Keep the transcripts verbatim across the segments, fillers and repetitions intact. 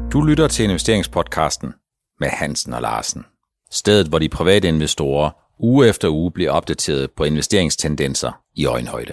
Du lytter til investeringspodcasten med Hansen og Larsen. Stedet, hvor de private investorer uge efter uge bliver opdateret på investeringstendenser i øjenhøjde.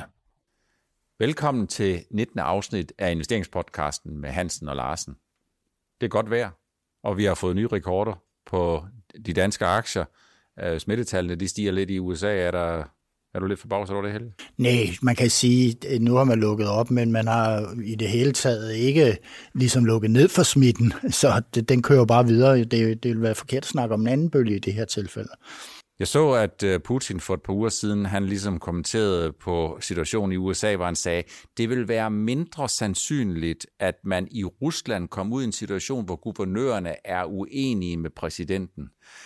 Velkommen til nittende afsnit af investeringspodcasten med Hansen og Larsen. Det er godt vejr, og vi har fået nye rekorder på de danske aktier. Smittetallene de stiger lidt i U S A. Er der... Er du lidt forbavset over det, Helge? Nej, man kan sige, at nu har man lukket op, men man har i det hele taget ikke ligesom lukket ned for smitten, så det, den kører bare videre. Det, det vil være forkert at snakke om en anden bølge i det her tilfælde. Jeg så, at Putin for et par uger siden, han ligesom kommenterede på situationen i U S A, hvor han sagde, det vil være mindre sandsynligt, at man i Rusland kom ud i en situation, hvor guvernørerne er uenige med præsidenten.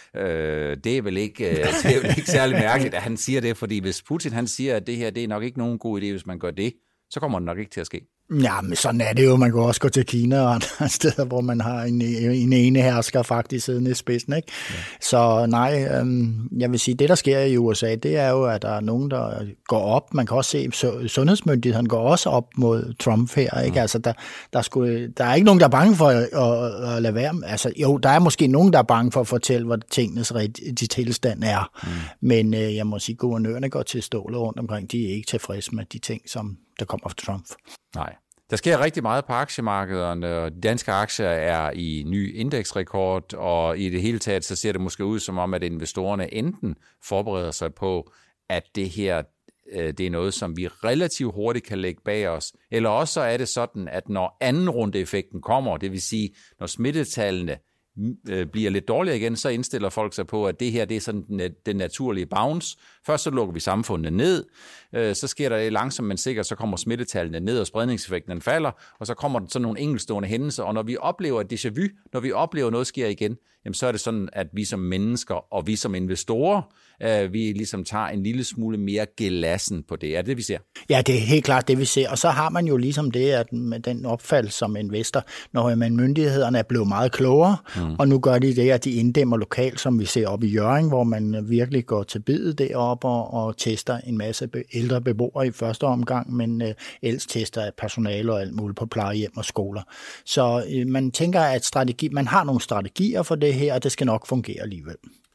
Øh, det er vel ikke, det er vel ikke særlig mærkeligt, at han siger det, fordi hvis Putin han siger, at det her det er nok ikke nogen god idé, hvis man gør det, så kommer det nok ikke til at ske. Ja, men sådan er det jo. Man kan også gå til Kina og andre steder, hvor man har en, en ene hersker faktisk siddende i spidsen, ikke? Ja. Så nej, øhm, jeg vil sige, det der sker i U S A, det er jo, at der er nogen, der går op. Man kan også se, at sundhedsmyndigheden går også op mod Trump her, ikke? Ja. Altså, der, der, skulle, der er ikke nogen, der er bange for at, at, at lade være. Altså, jo, der er måske nogen, der er bange for at fortælle, hvad tingenes rigtige tilstand er. Mm. Men øh, jeg må sige, at guvernørerne går til stålet rundt omkring. De er ikke tilfredse med de ting, som der kommer fra Trump. Nej. Der sker rigtig meget på aktiemarkederne, og de danske aktier er i ny indeksrekord, og i det hele taget så ser det måske ud som om, at investorerne enten forbereder sig på, at det her det er noget, som vi relativt hurtigt kan lægge bag os, eller også så er det sådan, at når anden rundeeffekten kommer, det vil sige, når smittetallene bliver lidt dårligere igen, så indstiller folk sig på, at det her det er sådan den, den naturlige bounce. Først så lukker vi samfundet ned, så sker der det langsomt, men sikkert, så kommer smittetallene ned, og spredningseffekten falder, og så kommer der sådan nogle enkeltstående hændelser, og når vi oplever et déjà vu, når vi oplever noget sker igen, jamen så er det sådan, at vi som mennesker, og vi som investorer, vi ligesom tager en lille smule mere gelassen på det. Er det det, vi ser? Ja, det er helt klart det, vi ser, og så har man jo ligesom det, at med den opfattelse som investor, når man myndighederne er blevet meget klogere, mm. og nu gør de det, at de inddæmmer lokalt, som vi ser op i Hjørring, hvor man virkelig går til biddet deroppe og, og tester en masse ældre beboere i første omgang, men øh, ellers tester af personale og alt muligt på plejehjem og skoler. Så øh, man tænker, at strategi, man har nogle strategier for det her, og det skal nok fungere alligevel.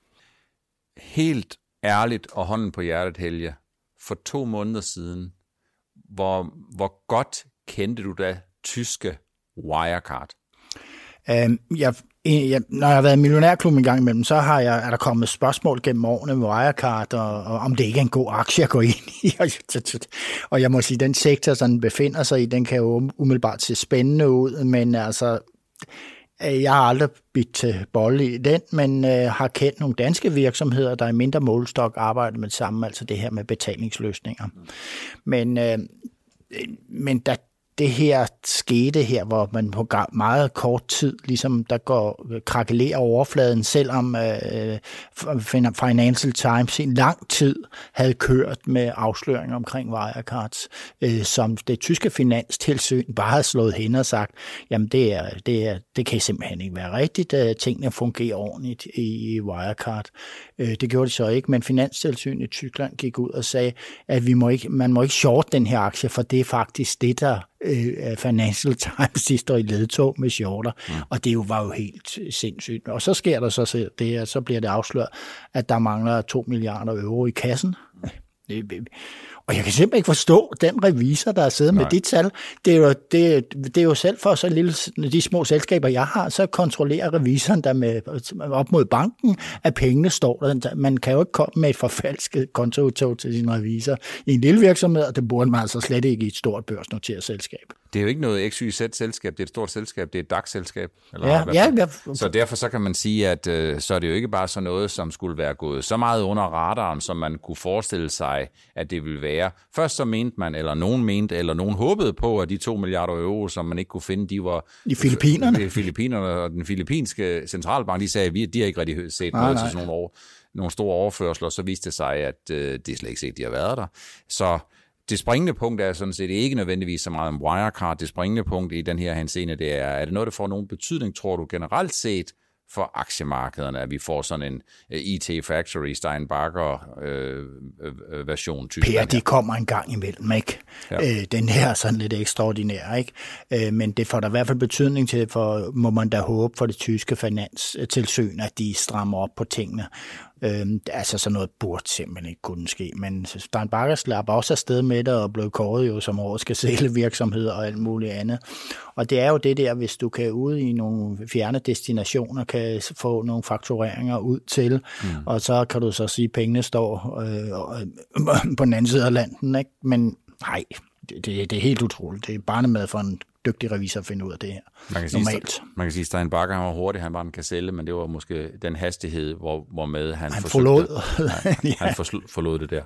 Helt ærligt og hånden på hjertet, Helge, for to måneder siden, hvor, hvor godt kendte du da tyske Wirecard? Um, jeg, jeg, når jeg har været i Millionærklubben en gang imellem, så har jeg, er der kommet spørgsmål gennem årene med Wirecard, og, og om det ikke er en god aktie at gå ind i. Og jeg må sige, den sektor, som den befinder sig i, den kan jo umiddelbart se spændende ud, men altså... Jeg har aldrig bidt til bolle i den, men øh, har kendt nogle danske virksomheder, der i mindre målestok arbejder med det samme, altså det her med betalingsløsninger. Men, øh, men da det her skete her, hvor man på meget kort tid, ligesom der går krakelerer overfladen, selvom øh, Financial Times i en lang tid havde kørt med afsløringer omkring Wirecards, øh, som det tyske finanstilsyn bare havde slået hen og sagt, jamen det, er, det, er, det kan simpelthen ikke være rigtigt, at tingene fungerer ordentligt i Wirecard. Øh, det gjorde de så ikke, men Finanstilsynet i Tyskland gik ud og sagde, at vi må ikke, man må ikke short den her aktie, for det er faktisk det, der Financial Times sidste år i ledtog med shorter, mm. og det jo var jo helt sindssygt. Og så sker der så det, at så bliver det afsløret, at der mangler to milliarder euro i kassen. Mm. Og jeg kan simpelthen ikke forstå den revisor, der er siddet med de tal. Det er, jo, det, det er jo selv for så lille, de små selskaber, jeg har, så kontrollerer revisoren der med op mod banken, at pengene står der. Man kan jo ikke komme med et forfalsket kontoudtog til sin revisor i en lille virksomhed, og det burde man altså slet ikke i et stort børsnoteret selskab. Det er jo ikke noget X Y Z-selskab, det er et stort selskab, det er et D A X-selskab. Eller ja, ja, ja. Så derfor så kan man sige, at øh, så er det jo ikke bare sådan noget, som skulle være gået så meget under radaren, som man kunne forestille sig, at det ville være. Først så mente man, eller nogen mente, eller nogen håbede på, at de to milliarder euro, som man ikke kunne finde, de var... I Filippinerne? I Filippinerne, og den filippinske centralbank, de sagde, at de har ikke rigtig set nej, noget nej. til sådan nogle, over, nogle store overførsler, så viste det sig, at øh, det er slet ikke set, de har været der. Så det springende punkt er sådan set ikke nødvendigvis så meget om Wirecard. Det springende punkt i den her henseende, det er, er det noget, der får nogen betydning, tror du, generelt set for aktiemarkederne, at vi får sådan en I T Factory Stein Bagger øh, øh, version. Per, de kommer en gang imellem, ikke? Ja. Øh, den her er sådan lidt ekstraordinær, ikke? Øh, men det får der i hvert fald betydning til, for må man da håbe for det tyske finanstilsyn, at de strammer op på tingene. Øhm, altså sådan noget burde simpelthen ikke kunne ske, men Stein Bagger slapper også afsted med det og blev kåret jo som årets gazellevirksomhed og alt muligt andet. Og det er jo det der, hvis du kan ude i nogle fjerne destinationer, kan få nogle faktureringer ud til, mm. og så kan du så sige, at pengene står øh, på den anden side af landet, ikke? Men nej, det, det, det er helt utroligt. Det er barnemad for en dygtig revisor at finde ud af det her. Man kan normalt. Sige, man kan sige, at Stein Bagger han var hurtig, han var en kaselle, men det var måske den hastighed, hvor, hvor med han, han forlod. Han, ja. han forlod det der.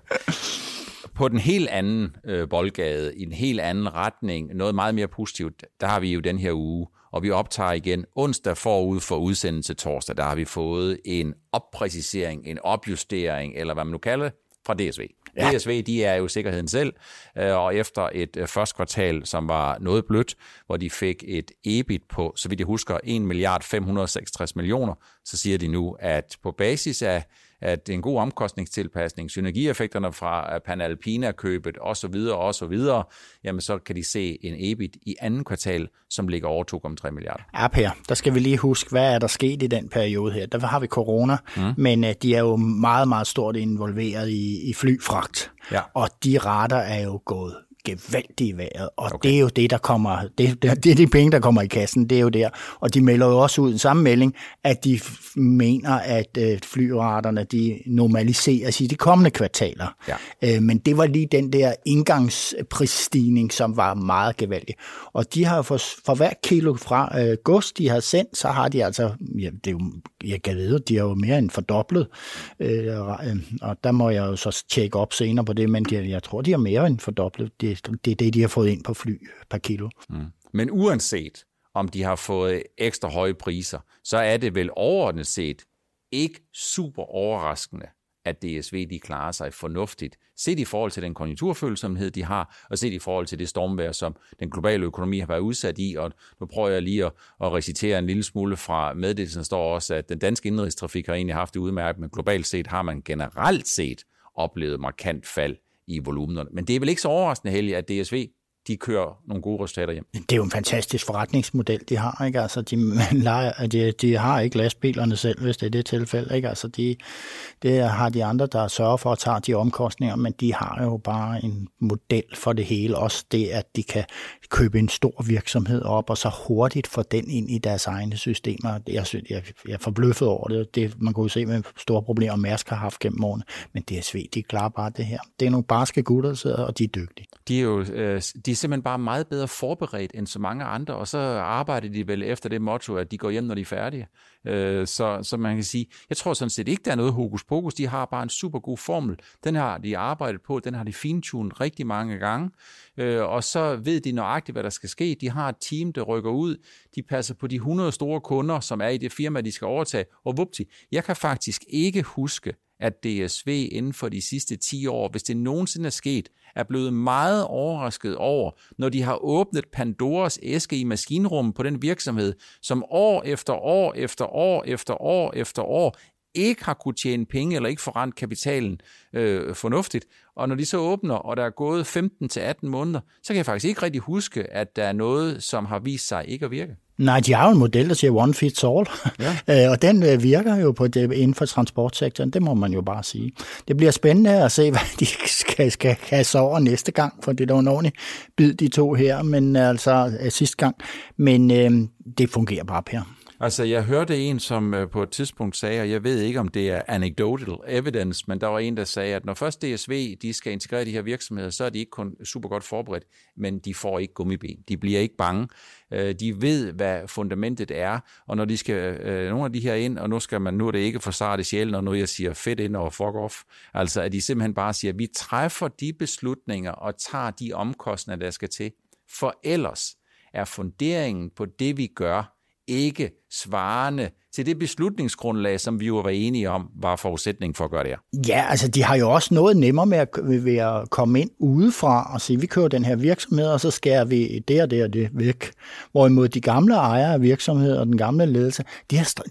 På den helt anden øh, boldgade, i en helt anden retning, noget meget mere positivt, der har vi jo den her uge, og vi optager igen onsdag forud for udsendelse torsdag, der har vi fået en oppræcisering, en opjustering, eller hvad man nu kalder det, fra D S V. Ja. D S V, de er jo sikkerheden selv, og efter et første kvartal, som var noget blødt, hvor de fik et E B I T på, så vidt jeg husker, en milliard fem hundrede og seksogtres millioner, så siger de nu, at på basis af at en god omkostningstilpasning, synergieffekterne fra Panalpina-købet osv., osv., jamen så kan de se en E B I T i anden kvartal, som ligger over to komma tre milliarder. Ja, Per, der skal vi lige huske, hvad er der sket i den periode her. Der har vi corona, mm. men uh, de er jo meget, meget stort involveret i, i flyfragt, ja. Og de rater er jo gået gevaldigt i vejret, og okay. Det er jo det, der kommer, det, det, det er de penge, der kommer i kassen, det er jo der, og de melder jo også ud en samme melding, at de mener, at øh, flyraterne, de normaliseres i de kommende kvartaler. Ja. Øh, men det var lige den der indgangsprisstigning, som var meget gevaldig. Og de har for, for hver kilo fra øh, gods, de har sendt, så har de altså, ja, det er jo, jeg kan vide, de er jo mere end fordoblet, øh, og der må jeg jo så tjekke op senere på det, men de, jeg tror, de er mere end fordoblet. Det Det er det, de har fået ind på fly per kilo. Mm. Men uanset om de har fået ekstra høje priser, så er det vel overordnet set ikke super overraskende, at D S V de klarer sig fornuftigt, set i forhold til den konjunkturfølsomhed, de har, og set i forhold til det stormvejr, som den globale økonomi har været udsat i. Og nu prøver jeg lige at, at recitere en lille smule fra meddelelsen, står også, at den danske indenrigstrafik har egentlig haft det udmærket, men globalt set har man generelt set oplevet markant fald i volumenerne. Men det er vel ikke så overraskende, Helge, at D S V de kører nogle gode resultater hjem. Det er jo en fantastisk forretningsmodel, de har, ikke? Altså, de, leger, de, de har ikke lastbilerne selv, hvis det er det tilfælde, ikke? Altså, de, det har de andre, der sørger for at tage de omkostninger, men de har jo bare en model for det hele. Også det, at de kan købe en stor virksomhed op, og så hurtigt få den ind i deres egne systemer. Jeg, synes, jeg, jeg er forbløffet over det. det. Man kan jo se, med store problemer, Mærsk har haft gennem årene, men D S V, de klarer bare det her. Det er nogle barske gutter, der sidder, og de er dygtige. De er jo øh, de er simpelthen bare meget bedre forberedt end så mange andre, og så arbejder de vel efter det motto, at de går hjem, når de er færdige. Øh, så, så man kan sige, jeg tror sådan set ikke, der er noget hokus pokus. De har bare en super god formel. Den har de arbejdet på, den har de fintunet rigtig mange gange, øh, og så ved de nøjagtigt, hvad der skal ske. De har et team, der rykker ud. De passer på de hundrede store kunder, som er i det firma, de skal overtage. Og vupti, jeg kan faktisk ikke huske, at D S V inden for de sidste ti år, hvis det nogensinde er sket, er blevet meget overrasket over, når de har åbnet Pandoras æske i maskinrummet på den virksomhed, som år efter år efter år efter år efter år ikke har kunnet tjene penge eller ikke forrent kapitalen øh, fornuftigt. Og når de så åbner, og der er gået femten til atten måneder, så kan jeg faktisk ikke rigtig huske, at der er noget, som har vist sig ikke at virke. Nej, de har jo en model, der siger one fits all, ja. Og den virker jo på det, inden for transportsektoren, det må man jo bare sige. Det bliver spændende at se, hvad de skal, skal kasse over næste gang, for det er jo en ordentlig bid, de to her, men altså sidste gang. Men øh, det fungerer bare, Per. Altså, jeg hørte en, som på et tidspunkt sagde, og jeg ved ikke, om det er anecdotal evidence, men der var en, der sagde, at når først D S V de skal integrere de her virksomheder, så er de ikke kun super godt forberedt, men de får ikke gummiben. De bliver ikke bange. De ved, hvad fundamentet er, og når de skal, nogle af de her ind, og nu skal man, nu er det ikke for sarte sjælen, og nu jeg siger fedt ind og fuck off, altså at de simpelthen bare siger, at vi træffer de beslutninger og tager de omkostninger, der skal til, for ellers er funderingen på det, vi gør, ikke svarende til det beslutningsgrundlag, som vi jo var enige om, var forudsætning for at gøre det her. Ja, altså de har jo også noget nemmere med at, ved at komme ind udefra og sige, vi kører den her virksomhed, og så skærer vi det og det og det væk. Hvorimod de gamle ejere af virksomheder og den gamle ledelse, de har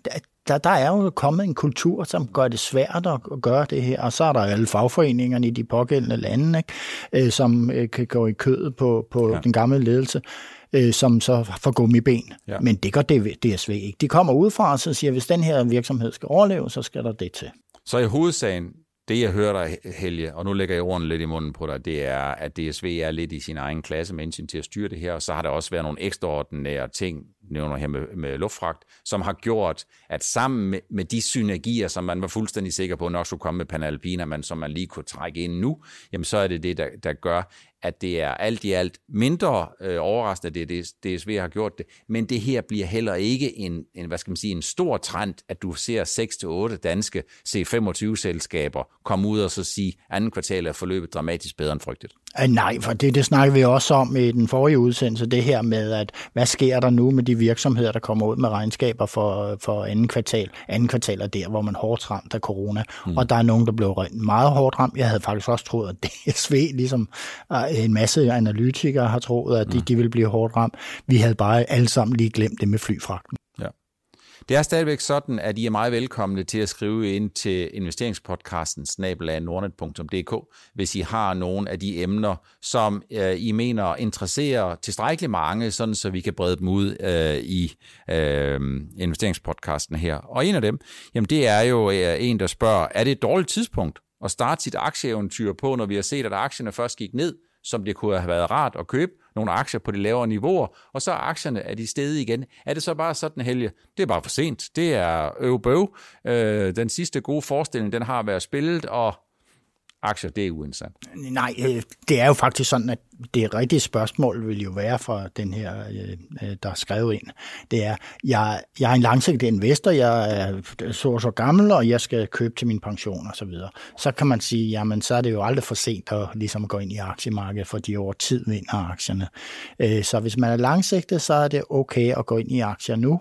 der, der er jo kommet en kultur, som gør det svært at gøre det her, og så er der alle fagforeningerne i de pågældende lande, ikke? Som kan gå i kødet på, på ja. den gamle ledelse, som så får gummiben. Ja. Men det gør D S V ikke. De kommer udefra og så siger, at hvis den her virksomhed skal overleve, så skal der det til. Så i hovedsagen, det jeg hører dig, Helge, og nu lægger jeg ordene lidt i munden på dig, det er, at D S V er lidt i sin egen klasse med hensyn til at styre det her, og så har der også været nogle ekstraordinære ting, nævner her med, med luftfragt, som har gjort, at sammen med, med de synergier, som man var fuldstændig sikker på nok skulle komme med Panalpina, men som man lige kunne trække ind nu, jamen så er det det, der, der gør, at det er alt i alt mindre øh, overraskende, at D S V har gjort det, men det her bliver heller ikke en, en, hvad skal man sige, en stor trend, at du ser seks til otte danske C femogtyve-selskaber komme ud og så sige, anden kvartal er forløbet dramatisk bedre end frygtet. Nej, for det, det snakker vi også om i den forrige udsendelse, det her med, at hvad sker der nu med de virksomheder, der kommer ud med regnskaber for, for anden kvartal. Anden kvartal er der, hvor man er hårdt ramt af corona, mm. og der er nogen, der blev meget hårdt ramt. Jeg havde faktisk også troet, at D S V, ligesom en masse analytikere har troet, at de, mm. de ville blive hårdt ramt. Vi havde bare alle sammen lige glemt det med flyfragten. Ja. Det er stadigvæk sådan, at I er meget velkomne til at skrive ind til investeringspodcasten snabel-a nordnet punktum d k, hvis I har nogle af de emner, som øh, I mener interesserer tilstrækkeligt mange, sådan så vi kan brede dem ud øh, i øh, investeringspodcasten her. Og en af dem, jamen det er jo øh, en, der spørger, er det et dårligt tidspunkt at starte sit aktieeventyr på, når vi har set, at aktierne først gik ned, som det kunne have været rart at købe nogle aktier på de lavere niveauer, og så er aktierne er de steget igen. Er det så bare sådan, Helge? Det er bare for sent. Det er øvbøv. Øh, den sidste gode forestilling, den har været spillet, og aktier, det er uinteressant. Nej, det er jo faktisk sådan, at det rigtige spørgsmål vil jo være fra den her, der er skrevet ind. Det er, jeg, jeg er en langsigtet investor, jeg er så og så gammel, og jeg skal købe til min pension og så videre. Så kan man sige, jamen så er det jo aldrig for sent at ligesom gå ind i aktiemarkedet, fordi over tid vinder aktierne. Så hvis man er langsigtet, så er det okay at gå ind i aktier nu.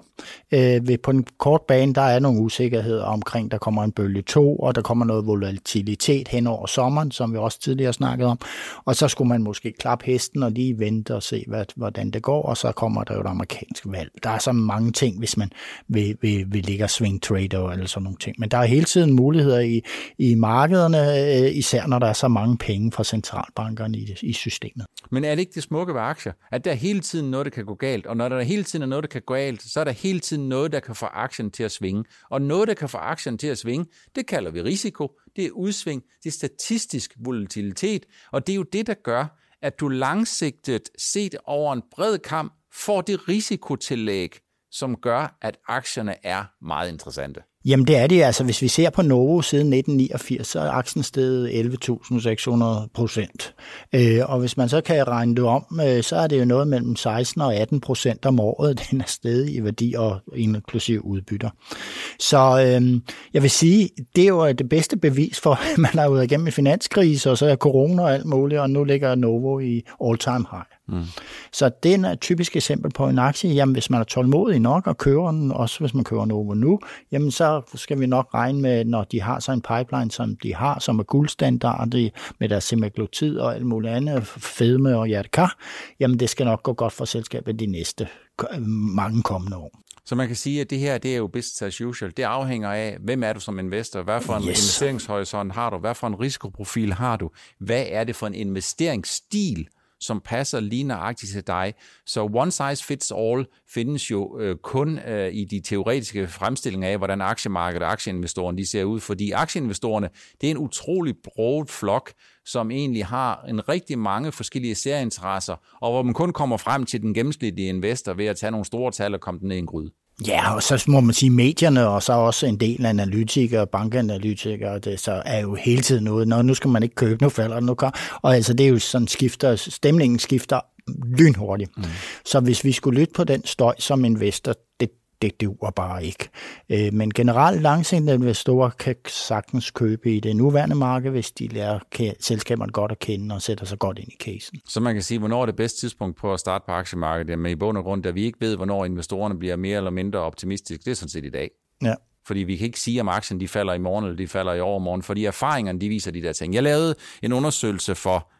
På den korte bane, der er nogle usikkerheder omkring, der kommer en bølge to, og der kommer noget volatilitet hen over sommeren, som vi også tidligere snakkede om, og så skulle man måske klappe hesten og lige vente og se, hvad, hvordan det går, og så kommer der jo et amerikansk valg. Der er så mange ting, hvis man vil, vil, vil ligge og swing trader eller sådan nogle ting, men der er hele tiden muligheder i, i markederne, især når der er så mange penge fra centralbankerne i, i systemet. Men er det ikke det smukke ved aktier, at der er hele tiden noget, der kan gå galt, og når der hele tiden er noget, der kan gå galt, så er der hele tiden noget, der kan få aktien til at svinge, og noget, der kan få aktien til at svinge, det kalder vi risiko, det er udsving, det er statistisk volatilitet, og det er jo det, der gør, at du langsigtet set over en bred kam får det risikotillæg, som gør, at aktierne er meget interessante. Jamen det er det altså. Hvis vi ser på Novo siden nitten niogfirs, så er aktien steget elleve tusind seks hundrede procent. Øh, og hvis man så kan regne det om, øh, så er det jo noget mellem seksten og atten procent om året, den er steget i værdi og inklusiv udbytter. Så øh, jeg vil sige, det er jo det bedste bevis for, at man har været igennem en finanskrise, og så er corona og alt muligt, og nu ligger Novo i all-time high. Mm. Så det er et typisk eksempel på en aktie. Jamen, hvis man er tålmodig nok og køber den, også hvis man køber Novo nu, jamen så skal vi nok regne med, når de har så en pipeline, som de har, som er guldstandard med deres semaglutid og alt muligt andet, fedme og hjertekar, jamen det skal nok gå godt for selskabet de næste mange kommende år. Så man kan sige, at det her, det er jo business as usual. Det afhænger af, hvem er du som investor? Hvad for en yes. investeringshorisont har du? Hvad for en risikoprofil har du? Hvad er det for en investeringsstil, som passer lige nøjagtigt til dig. Så one size fits all findes jo øh, kun øh, i de teoretiske fremstillinger af, hvordan aktiemarkedet og aktieinvestorerne de ser ud, fordi aktieinvestorerne, det er en utrolig broad flok, som egentlig har en rigtig mange forskellige særinteresser, og hvor man kun kommer frem til den gennemsnitlige investor ved at tage nogle store tal og komme den ned i en gryde. Ja, og så må man sige medierne, og så også en del analytikere, bankanalytikere, det så er jo hele tiden noget. Nå, nu skal man ikke købe, nu falder det, nu kan. Og altså, det er jo sådan, skifter, stemningen skifter lynhurtigt. Mm. Så hvis vi skulle lytte på den støj som investor, det det duer bare ikke. Men generelt langsigtede investorer kan sagtens købe i det nuværende marked, hvis de lærer selskaberne godt at kende og sætter sig godt ind i casen. Så man kan sige, hvornår er det bedste tidspunkt på at starte på aktiemarkedet? Men i bund og grund, da vi ikke ved, hvornår investorerne bliver mere eller mindre optimistiske, det er sådan set i dag. Ja. Fordi vi kan ikke sige, om aktien de falder i morgen, eller de falder i overmorgen, fordi erfaringerne de viser de der ting. Jeg lavede en undersøgelse for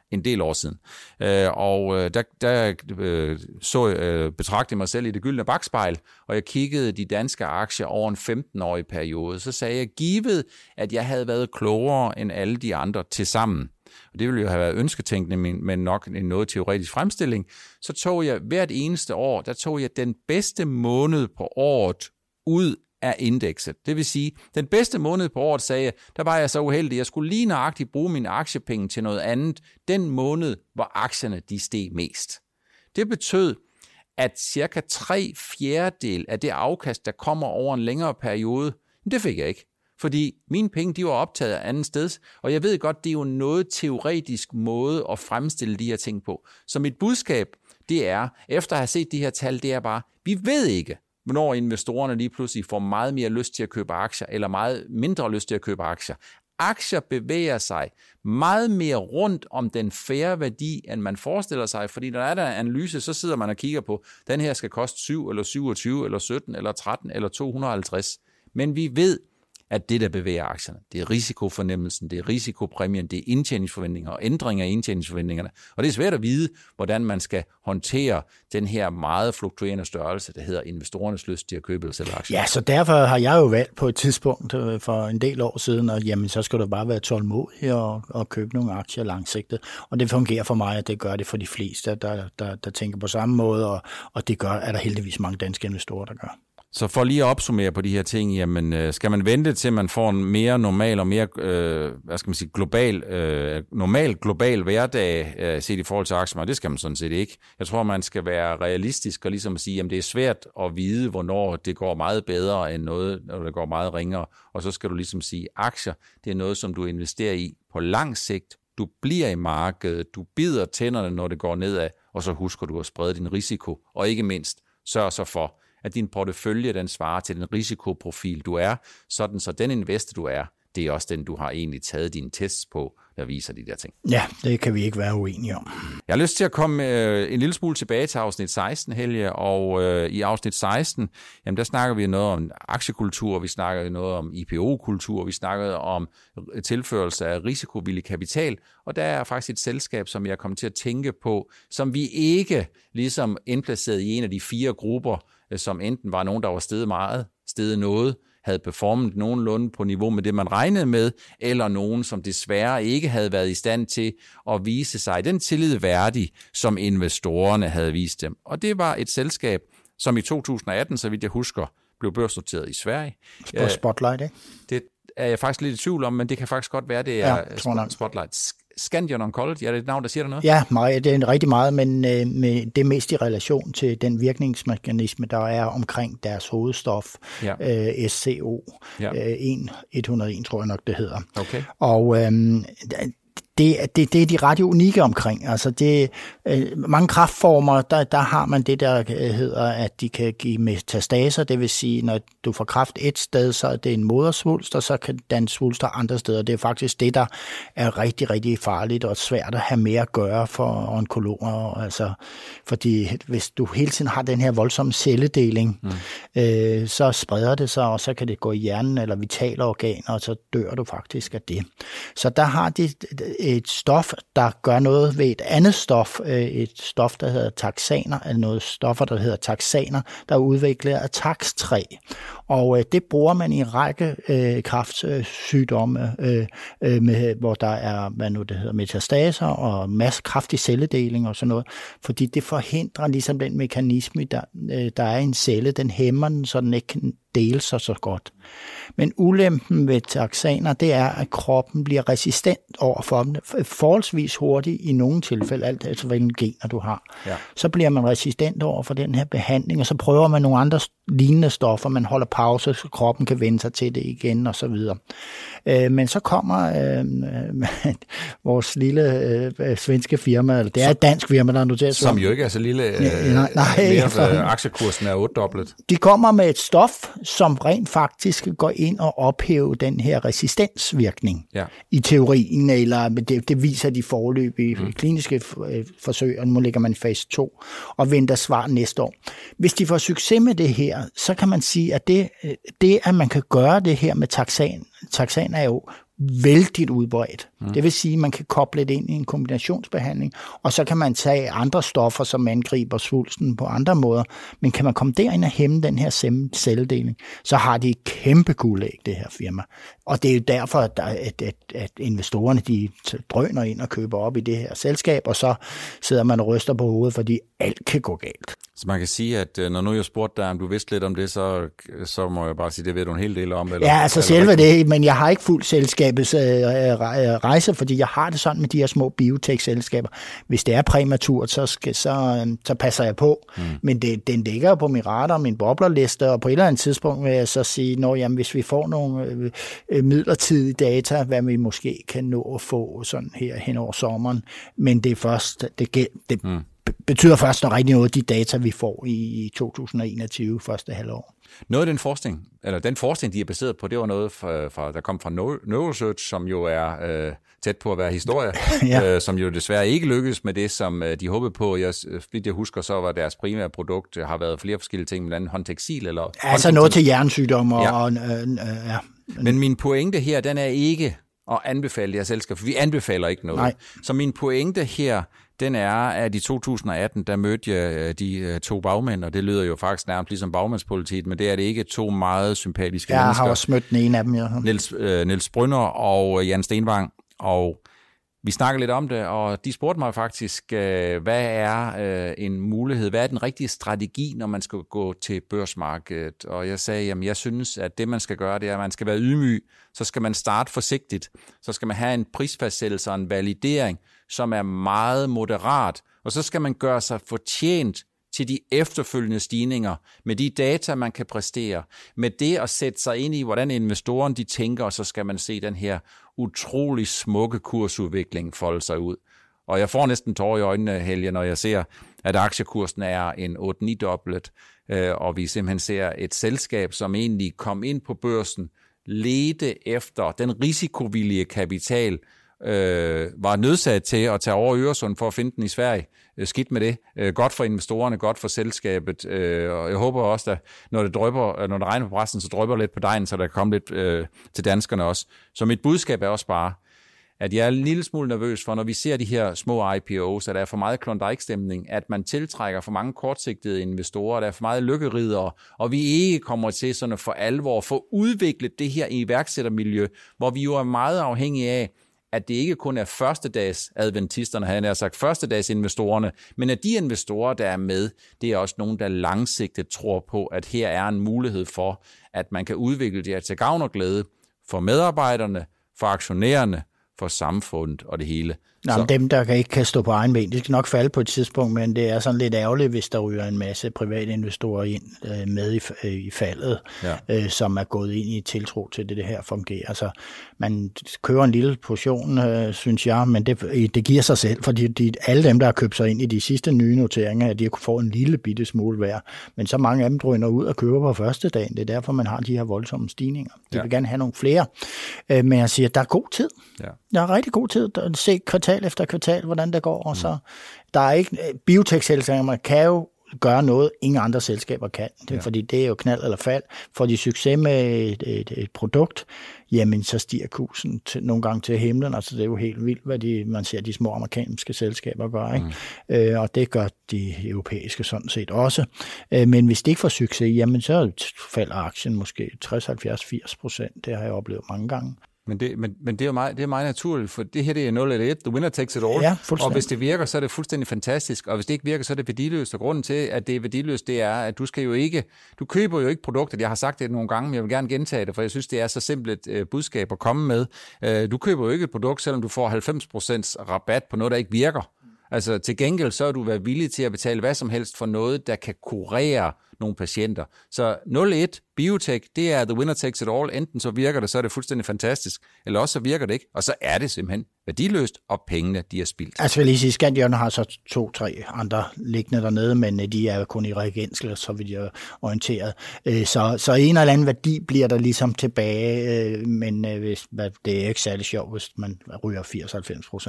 en del år siden. Øh, og øh, der, der øh, så øh, betragtede mig selv i det gyldne bakspejl, og jeg kiggede de danske aktier over en femten-årig periode. Så sagde jeg, givet at jeg havde været klogere end alle de andre til sammen, og det ville jo have været ønsketænkende, men nok en noget teoretisk fremstilling, så tog jeg hvert eneste år, der tog jeg den bedste måned på året ud af indekset. Det vil sige, den bedste måned på året, sagde jeg, der var jeg så uheldig, at jeg skulle lige nøjagtigt bruge mine aktiepenge til noget andet, den måned, hvor aktierne de steg mest. Det betød, at cirka tre fjerdedel af det afkast, der kommer over en længere periode, det fik jeg ikke. Fordi mine penge, de var optaget af andet sted, og jeg ved godt, det er jo noget teoretisk måde at fremstille de her ting på. Så mit budskab, det er, efter at have set de her tal, det er bare, vi ved ikke, hvornår investorerne lige pludselig får meget mere lyst til at købe aktier, eller meget mindre lyst til at købe aktier. Aktier bevæger sig meget mere rundt om den færre værdi, end man forestiller sig, fordi når der er der en analyse, så sidder man og kigger på, den her skal koste syv, eller syvogtyve, eller sytten, eller tretten, eller to hundrede og halvtreds. Men vi ved, at det, der bevæger aktierne, det er risikofornemmelsen, det er risikopræmien, det er indtjeningsforventninger og ændringer af indtjeningsforventningerne. Og det er svært at vide, hvordan man skal håndtere den her meget fluktuerende størrelse, der hedder investorernes lyst til at købe eller sælge aktier. Ja, så derfor har jeg jo valgt på et tidspunkt for en del år siden, at jamen, så skal du bare være tålmodig og, og købe nogle aktier langsigtet. Og det fungerer for mig, at det gør det for de fleste, der, der, der tænker på samme måde, og, og det gør, at der heldigvis mange danske investorer, der gør. Så for lige at opsummere på de her ting, jamen, skal man vente til, man får en mere normal og mere, øh, hvad skal man sige, global, øh, normal global hverdag øh, set i forhold til aktiemarkedet? Det skal man sådan set ikke. Jeg tror, man skal være realistisk og ligesom sige, jamen det er svært at vide, hvornår det går meget bedre end noget, når det går meget ringere. Og så skal du ligesom sige, aktier, det er noget, som du investerer i på lang sigt. Du bliver i markedet, du bider tænderne, når det går nedad, og så husker du at sprede din risiko. Og ikke mindst, sørg så for, at din portefølje, den svarer til den risikoprofil, du er, sådan så den investor, du er, det er også den, du har egentlig taget dine tests på, der viser de der ting. Ja, det kan vi ikke være uenige om. Jeg har lyst til at komme øh, en lille smule tilbage til afsnit seksten, Helge, og øh, i afsnit seksten, jamen der snakker vi noget om aktiekultur, vi snakker noget om I P O-kultur, vi snakker om tilførelse af risikovillig kapital, og der er faktisk et selskab, som jeg kommer til at tænke på, som vi ikke ligesom indplaceret i en af de fire grupper, som enten var nogen, der var steget meget, steget noget, havde performet nogenlunde på niveau med det, man regnede med, eller nogen, som desværre ikke havde været i stand til at vise sig den tillid værdig, som investorerne havde vist dem. Og det var et selskab, som i to tusind og atten, så vidt jeg husker, blev børsnoteret i Sverige. På Spotlight, ikke? Det er jeg faktisk lidt i tvivl om, men det kan faktisk godt være, det er ja, Spotlight. Scandion Oncology, er det et navn, der siger der noget? Ja, meget, det er rigtig meget, men øh, med det er mest i relation til den virkningsmekanisme, der er omkring deres hovedstof, ja. øh, S C O, ja. øh, et hundrede og en, tror jeg nok, det hedder. Okay. Og øh, Det, det, det er de ret unikke omkring. Altså det, øh, mange kræftformer, der, der har man det, der hedder, at de kan give metastaser. Det vil sige, når du får kræft et sted, så er det en modersvulst, og så kan den svulster andre steder. Det er faktisk det, der er rigtig, rigtig farligt og svært at have mere at gøre for onkologer. Altså, fordi hvis du hele tiden har den her voldsomme celledeling, mm. øh, så spreder det sig, og så kan det gå i hjernen eller vitale organer, og så dør du faktisk af det. Så der har de et stof, der gør noget ved et andet stof, et stof, der hedder taxaner, eller noget stoffer, der hedder taxaner, der er udviklet af taxtræ. Og øh, det bruger man i en række øh, kræftsygdomme, øh, øh, med, hvor der er, hvad nu det hedder, metastaser og masse kraftig celledeling og sådan noget, fordi det forhindrer ligesom den mekanisme, der, øh, der er i en celle, den hæmmer den, så den ikke kan dele sig så godt. Men ulempen ved taxaner, det er, at kroppen bliver resistent over for dem, forholdsvis hurtigt i nogle tilfælde, alt altså hvilken gener du har. Ja. Så bliver man resistent over for den her behandling, og så prøver man nogle andre lignende stoffer, man holder pause, så kroppen kan vende sig til det igen, og så videre. Øh, men så kommer øh, øh, vores lille øh, svenske firma, eller det er et dansk firma, der er noteret. Som jo ikke er så lille. Øh, nej, nej, mere, for, aktiekursen er ottedoblet. De kommer med et stof, som rent faktisk går ind og ophæver den her resistensvirkning ja. i teorien, eller det, det viser de foreløbige mm. kliniske forsøg, og nu ligger man i fase to, og venter svar næste år. Hvis de får succes med det her, så kan man sige, at det, det at man kan gøre det her med taxan, taxan er jo vældigt udbredt. Mm. Det vil sige, at man kan koble det ind i en kombinationsbehandling, og så kan man tage andre stoffer, som angriber svulsten på andre måder, men kan man komme derind og hæmme den her celledeling, så har de et kæmpe guldæg, det her firma. Og det er jo derfor, at, at, at, at investorerne de drøner ind og køber op i det her selskab, og så sidder man og ryster på hovedet, fordi alt kan gå galt. Så man kan sige, at når nu jeg spurgte dig, om du vidste lidt om det, så, så må jeg bare sige, det ved du en hel del om. Eller, ja, altså selve rigtig... det, men jeg har ikke fuldt selskabets øh, rejse, fordi jeg har det sådan med de her små biotech-selskaber. Hvis det er præmaturt, så, skal, så, så passer jeg på. Mm. Men det, den ligger på min radar, min boblerliste, og på et eller andet tidspunkt vil jeg så sige, når jamen, hvis vi får nogle øh, midlertidige data, hvad vi måske kan nå at få sådan her hen over sommeren, men det er først, det, det mm. betyder først når rigtig noget af de data, vi får i to tusind og enogtyve, første halvår. Noget af den forskning, eller den forskning, de er baseret på, det var noget, fra, fra, der kom fra Neurosearch, som jo er øh, tæt på at være historie, ja. øh, som jo desværre ikke lykkedes med det, som øh, de håbede på. Jeg, jeg husker, så var deres primære produkt, har været flere forskellige ting, blandt andet Hontexil. Eller altså Hontexil. Noget til hjernesygdomme. Ja. Og, øh, øh, ja. Men min pointe her, den er ikke at anbefale det her selskab, for vi anbefaler ikke noget. Nej. Så min pointe her, den er, at i to tusind og atten, der mødte jeg de to bagmænd, og det lyder jo faktisk nærmest ligesom bagmandspolitiet, men det er det ikke, to meget sympatiske jeg mennesker. Jeg har også mødt den ene af dem, ja. Niels, øh, Niels Brynner og Jan Stenvang, og vi snakker lidt om det, og de spurgte mig faktisk, øh, hvad er øh, en mulighed, hvad er den rigtige strategi, når man skal gå til børsmarkedet? Og jeg sagde, jamen jeg synes, at det man skal gøre, det er, at man skal være ydmyg, så skal man starte forsigtigt, så skal man have en prisfastsættelse og en validering, som er meget moderat, og så skal man gøre sig fortjent til de efterfølgende stigninger, med de data, man kan præstere, med det at sætte sig ind i, hvordan investorerne de tænker, og så skal man se den her utrolig smukke kursudvikling folde sig ud. Og jeg får næsten tårer i øjnene, Helge, når jeg ser, at aktiekursen er en otte ni dobbelt, og vi simpelthen ser et selskab, som egentlig kom ind på børsen, ledte efter den risikovillige kapital, Øh, var nødsat til at tage over Øresund for at finde den i Sverige. Øh, skidt med det. Øh, godt for investorerne, godt for selskabet. Øh, og jeg håber også, at når det, drypper, når det regner på præsten, så drypper lidt på dejen, så der kan komme lidt øh, til danskerne også. Så mit budskab er også bare, at jeg er en lille smule nervøs for, når vi ser de her små I P O's, at der er for meget Klondike-stemning, at man tiltrækker for mange kortsigtede investorer, der er for meget lykkeriddere, og vi ikke kommer til sådan for alvor at få udviklet det her iværksættermiljø, hvor vi jo er meget afhængige af, at det ikke kun er førstedags adventisterne, han har sagt førstedags investorerne, men at de investorer, der er med, det er også nogen, der langsigtet tror på, at her er en mulighed for, at man kan udvikle det her til gavn og glæde for medarbejderne, for aktionærerne, for samfundet og det hele. Nå, dem, der ikke kan stå på egen ben, de skal nok falde på et tidspunkt, men det er sådan lidt ærgerligt, hvis der ryger en masse private investorer ind øh, med i, øh, i faldet, ja. øh, som er gået ind i tiltro til, det, det her fungerer. Altså, man køber en lille portion, øh, synes jeg, men det, det giver sig selv, fordi de, alle dem, der har købt sig ind i de sidste nye noteringer, de har kunnet få en lille bitte smule hver, men så mange af dem drøner ud og køber på første dagen. Det er derfor, man har de her voldsomme stigninger. De ja. vil gerne have nogle flere, øh, men jeg siger, der er god tid. Ja. Der er rigtig god tid at se kvartal efter kvartal, hvordan det går, og mm. så der er ikke biotech-selskaber kan jo gøre noget, ingen andre selskaber kan, det, ja. fordi det er jo knald eller fald. Får de succes med et, et, et produkt, jamen så stiger kursen til, nogle gange til himlen, altså det er jo helt vildt, hvad de, man ser de små amerikanske selskaber gør, ikke? Mm. Øh, og det gør de europæiske sådan set også. Øh, men hvis det ikke får succes, jamen så falder aktien måske tres, halvfjerds, firs procent, det har jeg oplevet mange gange. Men det, men, men det er jo meget, det er meget naturligt, for det her det er nul eller et. The winner takes it all. Ja, og hvis det virker, så er det fuldstændig fantastisk. Og hvis det ikke virker, så er det værdiløst. Og grunden til, at det er værdiløst, det er, at du skal jo ikke, du køber jo ikke produktet. Jeg har sagt det nogle gange, men jeg vil gerne gentage det, for jeg synes, det er så simpelt et uh, budskab at komme med. Uh, du køber jo ikke et produkt, selvom du får halvfems procent rabat på noget, der ikke virker. Altså til gengæld, så er du været villig til at betale hvad som helst for noget, der kan kurere nogle patienter. Så nul et biotech, det er the winner takes it all. Enten så virker det, så er det fuldstændig fantastisk, eller også så virker det ikke, og så er det simpelthen værdiløst, og pengene, de er spildt. Altså vil lige sige, Scandion har så to-tre andre liggende dernede, men de er kun i reagensler, så vidt jeg er orienteret. Så, så en eller anden værdi bliver der ligesom tilbage, men hvis, det er ikke særlig sjovt, hvis man ryger firs til halvfems procent.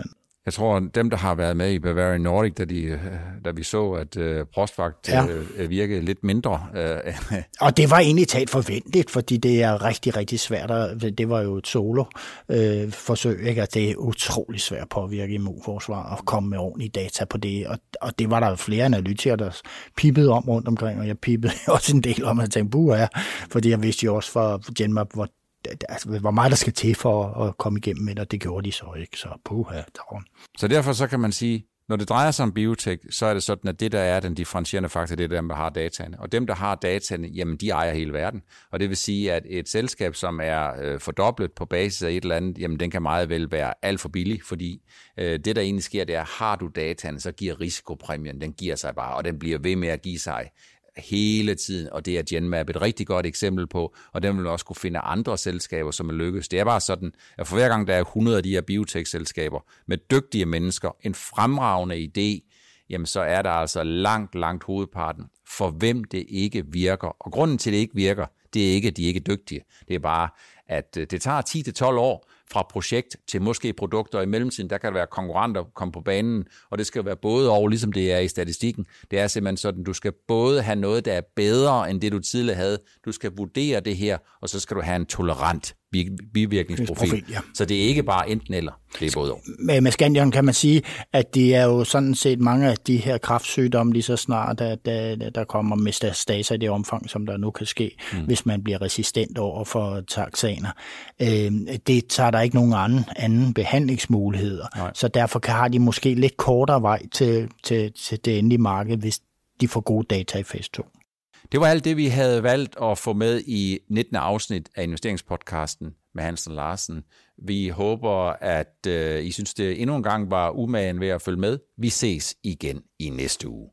Jeg tror, dem, der har været med i Bavarian Nordic, da, de, da vi så, at uh, Prostvagt ja. uh, virkede lidt mindre. Uh, og det var egentlig talt forventeligt, fordi det er rigtig, rigtig svært. At, det var jo et solo-forsøg, øh, ikke? Og det er utrolig svært at påvirke immunforsvar og komme med ordentlige data på det. Og, og det var der flere analytikere, der pippede om rundt omkring, og jeg pippede også en del om, at jeg tænkte, buh ja, fordi jeg vidste jo også fra Genmab, hvor altså, hvor meget der skal til for at komme igennem med det, og det gjorde de så ikke, så puha, der. Så derfor så kan man sige, når det drejer sig om biotek, så er det sådan, at det, der er den differentierende faktor, det er dem, der har dataene. Og dem, der har dataene, jamen de ejer hele verden. Og det vil sige, at et selskab, som er øh, fordoblet på basis af et eller andet, jamen den kan meget vel være alt for billig, fordi øh, det, der egentlig sker, det er, har du dataene, så giver risikopræmien, den giver sig bare, og den bliver ved med at give sig hele tiden, og det er Genmab et rigtig godt eksempel på, og den vil også kunne finde andre selskaber, som er lykkes. Det er bare sådan, at for hver gang der er hundrede af de her biotech-selskaber med dygtige mennesker, en fremragende idé, jamen så er der altså langt, langt hovedparten, for hvem det ikke virker. Og grunden til, at det ikke virker, det er ikke, at de ikke er dygtige. Det er bare, at det tager ti til tolv år fra projekt til måske produkter, og i mellemtiden, der kan der være konkurrenter komme på banen, og det skal være både og, ligesom det er i statistikken. Det er simpelthen sådan, du skal både have noget, der er bedre end det, du tidligere havde. Du skal vurdere det her, og så skal du have en tolerant bivirkningsprofil. Profil, ja. Så det er ikke bare enten eller, det er både og. Med, med Scandion kan man sige, at det er jo sådan set mange af de her kræftsygdomme lige så snart, at der, der kommer metastase i det omfang, som der nu kan ske, mm. hvis man bliver resistent over for taxaner. Øh, det tager der ikke nogen anden, anden behandlingsmuligheder, Nej. Så derfor kan, har de måske lidt kortere vej til, til, til det endelige marked, hvis de får gode data i fase to. Det var alt det, vi havde valgt at få med i nittende afsnit af investeringspodcasten med Hansen og Larsen. Vi håber, at øh, I synes, det endnu en gang var umagen ved at følge med. Vi ses igen i næste uge.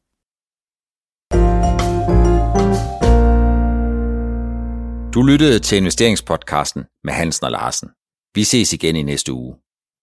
Du lyttede til investeringspodcasten med Hansen og Larsen. Vi ses igen i næste uge.